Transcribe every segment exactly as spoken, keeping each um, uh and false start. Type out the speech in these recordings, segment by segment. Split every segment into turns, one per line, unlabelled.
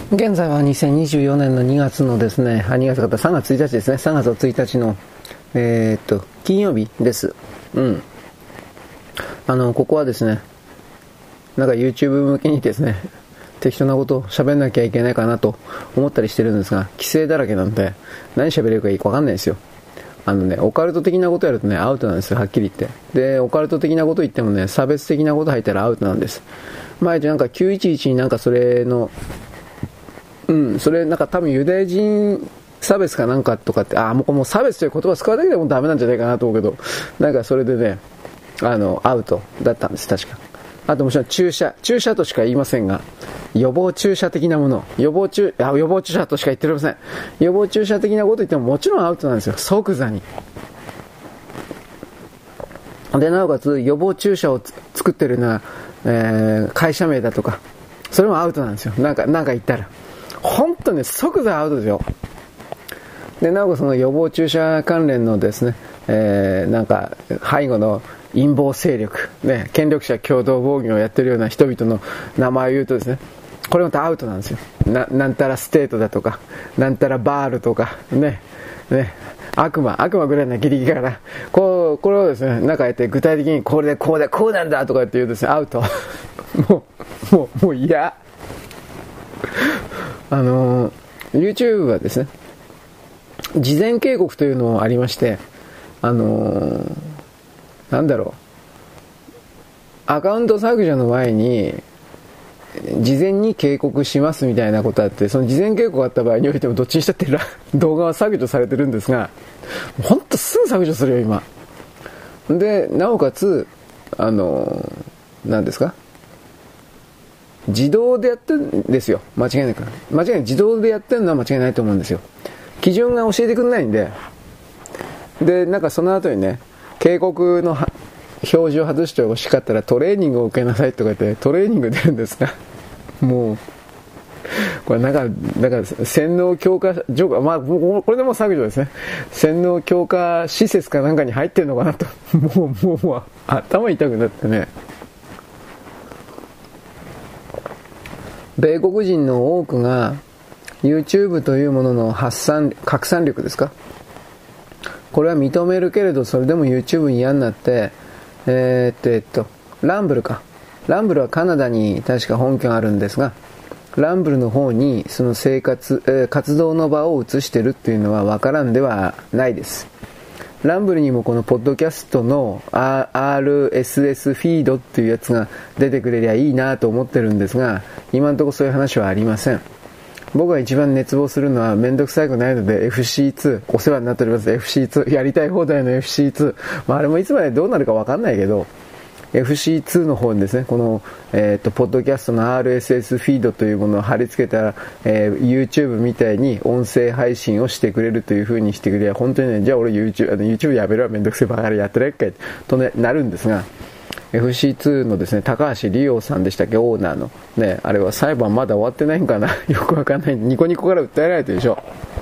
現在はにせんにじゅうよねんのにがつのですね、あ、にがつかさんがつついたちですね。さんがつのついたちの、えー、っと、金曜日です。うん。あの、ここはですね、なんか YouTube 向けにですね、適当なことを喋んなきゃいけないかなと思ったりしてるんですが、規制だらけなんで、何喋れるかいいか分かんないですよ。あのね、オカルト的なことやるとね、アウトなんですよ、はっきり言って。で、オカルト的なこと言ってもね、差別的なこと入ったらアウトなんです。前なんかきゅういちいちになんかそれの、うん、それなんか多分ユダヤ人差別かなんかとかって、ああ、もうもう差別という言葉を使うだけでもダメなんじゃないかなと思うけど、なんかそれでね、あの、アウトだったんです、確か。あともちろん注射、注射としか言いませんが、予防注射的なもの、予防注、あ、予防注射としか言っておりません。予防注射的なこと言ってももちろんアウトなんですよ、即座に。で、なおかつ予防注射を作ってるような、えー、会社名だとか、それもアウトなんですよ。なんか、なんか言ったら。本当に即座アウトですよ。で、なおかつその予防注射関連のですね、えー、なんか、背後の陰謀勢力、ね、権力者共同防御をやってるような人々の名前を言うとですね、これまたアウトなんですよ。な、なんたらステートだとか、なんたらバールとか、ね、ね、悪魔、悪魔ぐらいのギリギリから、こう、これをですね、なんかやって具体的にこれでこうでこうなんだとかって言うとですね、アウト。もう、もう、もう嫌。あのー、YouTube はですね、事前警告というのがありまして、あのー、なんだろう、アカウント削除の前に事前に警告しますみたいなことあって、その事前警告があった場合においてもどっちにしたって動画は削除されてるんですが、ほんとすぐ削除するよ今で。なおかつあの何ですか、自動でやってるんですよ。間違いなく間違いなく自動でやってるのは間違いないと思うんですよ。基準が教えてくれないんで、でなんかその後にね、警告の表示を外してほしかったらトレーニングを受けなさいとか言ってトレーニング出るんですが、もうこれなんかなんか洗脳強化除化、まあこれでもう削除ですね。洗脳強化施設かなんかに入ってるのかなと、もうもうもう頭痛くなってね。米国人の多くが YouTube というものの発散拡散力ですか、これは認めるけれど、それでも YouTube に嫌になって、えー、っと、えっと、ランブルか。ランブルはカナダに確か本拠があるんですが、ランブルの方にその生活、えー、活動の場を移してるっていうのは分からんではないです。ランブルにもこのポッドキャストの アールエスエス フィードっていうやつが出てくれりゃいいなと思ってるんですが、今のところそういう話はありません。僕が一番熱望するのはめんどくさくないので エフシーツー、 お世話になっております エフシーツー、 やりたい放題の エフシーツー、 まあ、あれもいつまでどうなるか分かんないけど エフシーツー の方にですね、この、えー、とポッドキャストの アールエスエス フィードというものを貼り付けたら、えー、YouTube みたいに音声配信をしてくれるという風にしてくれりゃ本当にね、じゃあ俺 YouTube, あの YouTube やめろ、めんどくせえばかりやってられっかいと、ね、なるんですが、エフシーツー のですね、高橋理央さんでしたっけ、オーナーのね、あれは裁判まだ終わってないんかなよくわかんない。ニコニコから訴えられてるでしょ。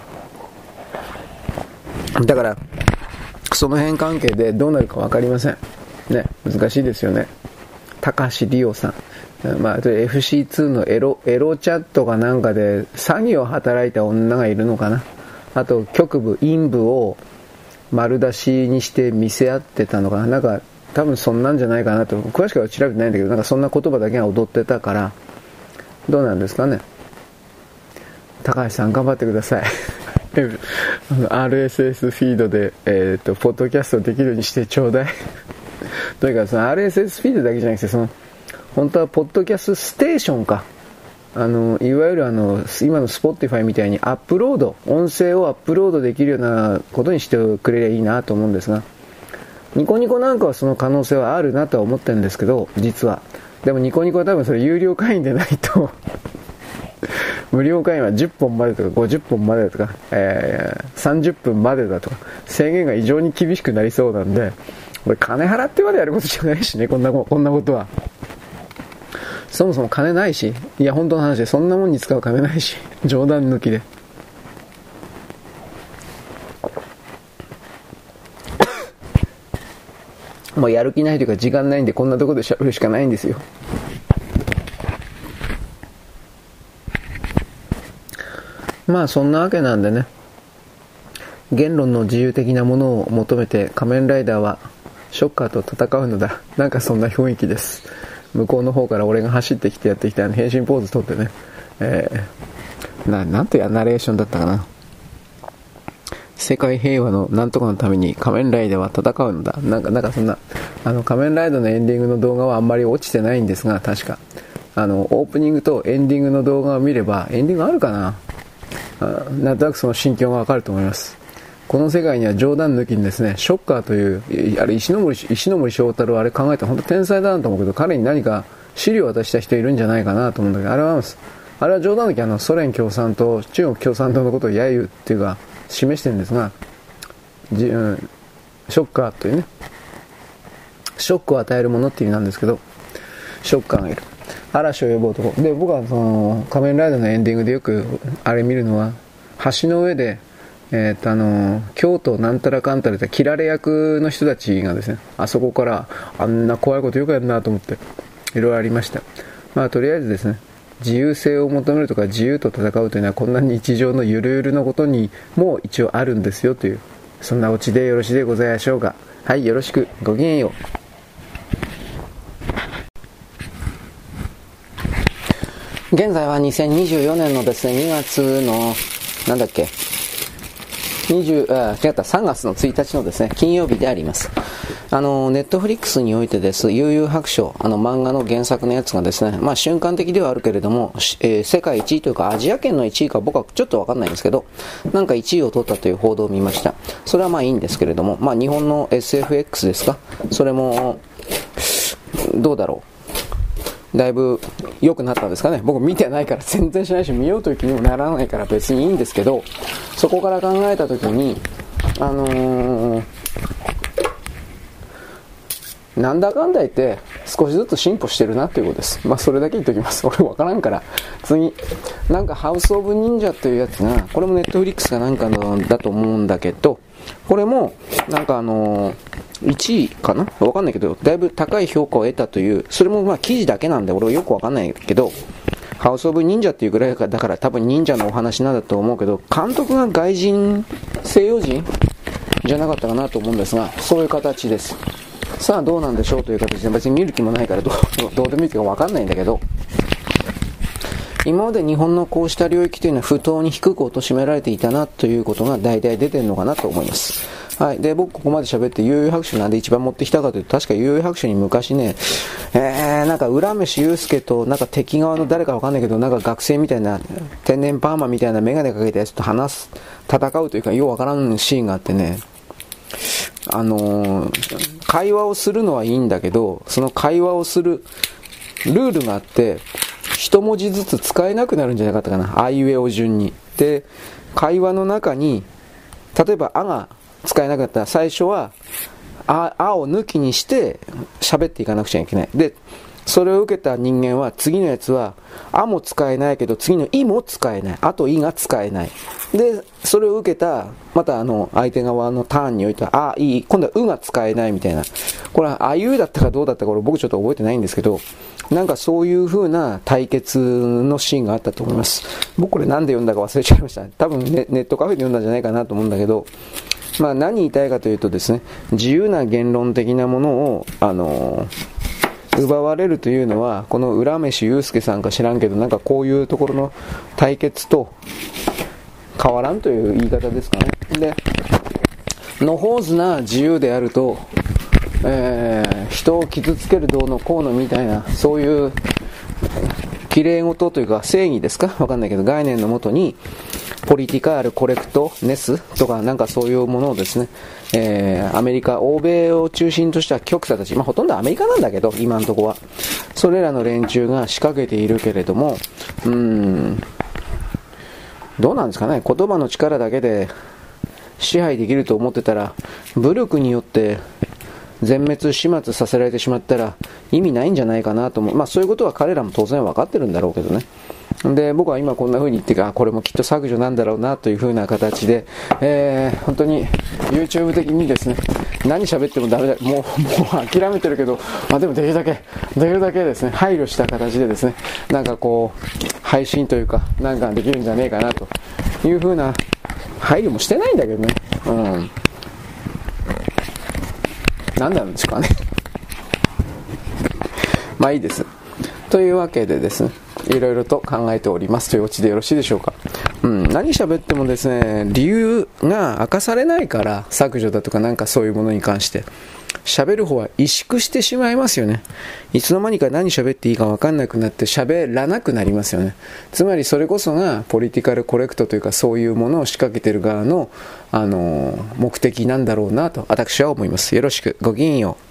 だからその辺関係でどうなるかわかりませんね。難しいですよね。高橋理央さん、まあ、エフシーツー のエロエロチャットかなんかで詐欺を働いた女がいるのかな。あと局部陰部を丸出しにして見せ合ってたのかな、なんか多分そんなんじゃないかなと。詳しくは調べてないんだけど、なんかそんな言葉だけが踊ってたから、どうなんですかね。高橋さん頑張ってくださいアールエスエス フィードで、えー、とポッドキャストできるようにしてちょうだいとにかくその アールエスエス フィードだけじゃなくて、その本当はポッドキャストステーションか、あのいわゆるあの今の Spotify みたいにアップロード、音声をアップロードできるようなことにしてくれればいいなと思うんですが、ニコニコなんかはその可能性はあるなとは思ってるんですけど、実はでもニコニコは多分それ有料会員でないと無料会員はじゅっぽんまでとかごじゅっぽんまでだとか、えー、さんじゅっぷんまでだとか制限が異常に厳しくなりそうなんで、これ金払ってまでやることじゃないしね、こんなこんなことは。そもそも金ないし、いや本当の話でそんなもんに使う金ないし、冗談抜きでもうやる気ないというか時間ないんで、こんなところで喋るしかないんですよ。 まあそんなわけなんでね、言論の自由的なものを求めて仮面ライダーはショッカーと戦うのだ。なんかそんな雰囲気です。向こうの方から俺が走ってきてやってきた変身ポーズ取ってね、えー、な, なんてやナレーションだったかな。世界平和のなんとかのために仮面ライダーは戦うのだ。なんかなんかそんな、あの仮面ライダーのエンディングの動画はあんまり落ちてないんですが、確かあのオープニングとエンディングの動画を見れば、エンディングあるかな、あなんとなくその心境がわかると思います。この世界には冗談抜きにですね、ショッカーという、あれ石ノ森石ノ森章太郎、あれ考えたら本当天才だなと思うけど、彼に何か資料を渡した人いるんじゃないかなと思うんだけど、あれはあれは冗談抜き、あのソ連共産党、中国共産党のことを揶揄っていうか示してるんですが、じ、うん、ショッカーというね、ショックを与えるものっていう意味なんですけど、ショッカーがいる。嵐を呼ぶ男で、僕はその仮面ライダーのエンディングでよくあれ見るのは、橋の上でえー、とあの京都なんたらかんたらで切られ役の人たちがですね、あそこからあんな怖いことよくやるなと思っていろいろありました。まあとりあえずですね、自由性を求めるとか自由と戦うというのはこんな日常のゆるゆるのことにも一応あるんですよという、そんなオチでよろしいでございましょうか。はい、よろしく、ごきげんよう。現在はにせんにじゅうよねんのですね、にがつのなんだっけにじゅうあ違ったさんがつのついたちのですね、金曜日であります。あのネットフリックスにおいてです、悠々白書、あの漫画の原作のやつがですね、まあ瞬間的ではあるけれども、えー、世界いちいというかアジア圏のいちいか僕はちょっとわかんないんですけど、なんかいちいを取ったという報道を見ました。それはまあいいんですけれども、まあ日本の エスエフエックス ですか、それもどうだろう、だいぶ良くなったんですかね。僕見てないから全然しないし、見ようという気にもならないから別にいいんですけど、そこから考えたときに、あのー、なんだかんだ言って少しずつ進歩してるなっていうことです。まあそれだけ言っておきます。俺分からんから。次、なんかハウスオブ忍者というやつが、これもネットフリックスかなんかのだと思うんだけど、これもなんかあのー、いちいかなわかんないけど、だいぶ高い評価を得たという、それもまあ記事だけなんで俺はよくわかんないけど、ハウスオブ忍者っていうぐらいだから多分忍者のお話なんだと思うけど、監督が外人、西洋人じゃなかったかなと思うんですが、そういう形です。さあどうなんでしょうという形で、別に見る気もないからどう、どうでもいいかわかんないんだけど、今まで日本のこうした領域というのは不当に低く貶められていたなということが大体出てるのかなと思います。はい。で、僕ここまで喋って悠々白書なんで一番持ってきたかというと、確か悠々白書に昔ね、えー、なんか浦飯祐介となんか敵側の誰かわかんないけど、なんか学生みたいな天然パーマみたいなメガネかけたやつと話す、戦うというかようわからんシーンがあってね、あのー、会話をするのはいいんだけど、その会話をするルールがあって、一文字ずつ使えなくなるんじゃなかったかな。あいうえお順に。で、会話の中に、例えばあが使えなかったら最初はあ、あを抜きにして喋っていかなくちゃいけない。で、それを受けた人間は次のやつはあも使えないけど次のいも使えない。あといが使えない。で、それを受けたまたあの相手側のターンにおいてはあ、いい、今度はうが使えないみたいな。これはあいうだったかどうだったかこれ僕ちょっと覚えてないんですけど、なんかそういう風な対決のシーンがあったと思います。僕これなんで読んだか忘れちゃいました。多分 ネ, ネットカフェで読んだんじゃないかなと思うんだけど、まあ何言いたいかというとですね、自由な言論的なものをあのー、奪われるというのは、この浦飯祐介さんか知らんけど、なんかこういうところの対決と変わらんという言い方ですかね。で、のほうずな自由であると、えー、人を傷つけるどうのこうのみたいな、そういう綺麗事というか正義ですかわかんないけど、概念のもとにポリティカールコレクトネスとかなんかそういうものをですね、えー、アメリカ欧米を中心とした極左たち、まあほとんどアメリカなんだけど今のところはそれらの連中が仕掛けているけれども、うーんどうなんですかね。言葉の力だけで支配できると思ってたら、武力によって全滅始末させられてしまったら意味ないんじゃないかなと思う。まあそういうことは彼らも当然分かってるんだろうけどね。で、僕は今こんな風に言ってか、これもきっと削除なんだろうなという風な形で、えー、本当に YouTube 的にですね、何喋ってもダメだ、もう、もう諦めてるけど、まあでもできるだけ、できるだけですね、配慮した形でですね、なんかこう、配信というか、なんかできるんじゃねえかなという風な配慮もしてないんだけどね。うん。何なんですかね。まあいいです。というわけでですね、いろいろと考えておりますというオチでよろしいでしょうか。うん、何喋ってもですね、理由が明かされないから、削除だとかなんかそういうものに関して喋る方は萎縮してしまいますよね。いつの間にか何喋っていいか分かんなくなって喋らなくなりますよね。つまりそれこそがポリティカルコレクトというか、そういうものを仕掛けている側の、あのー、目的なんだろうなと私は思います。よろしく、ごきげんよう。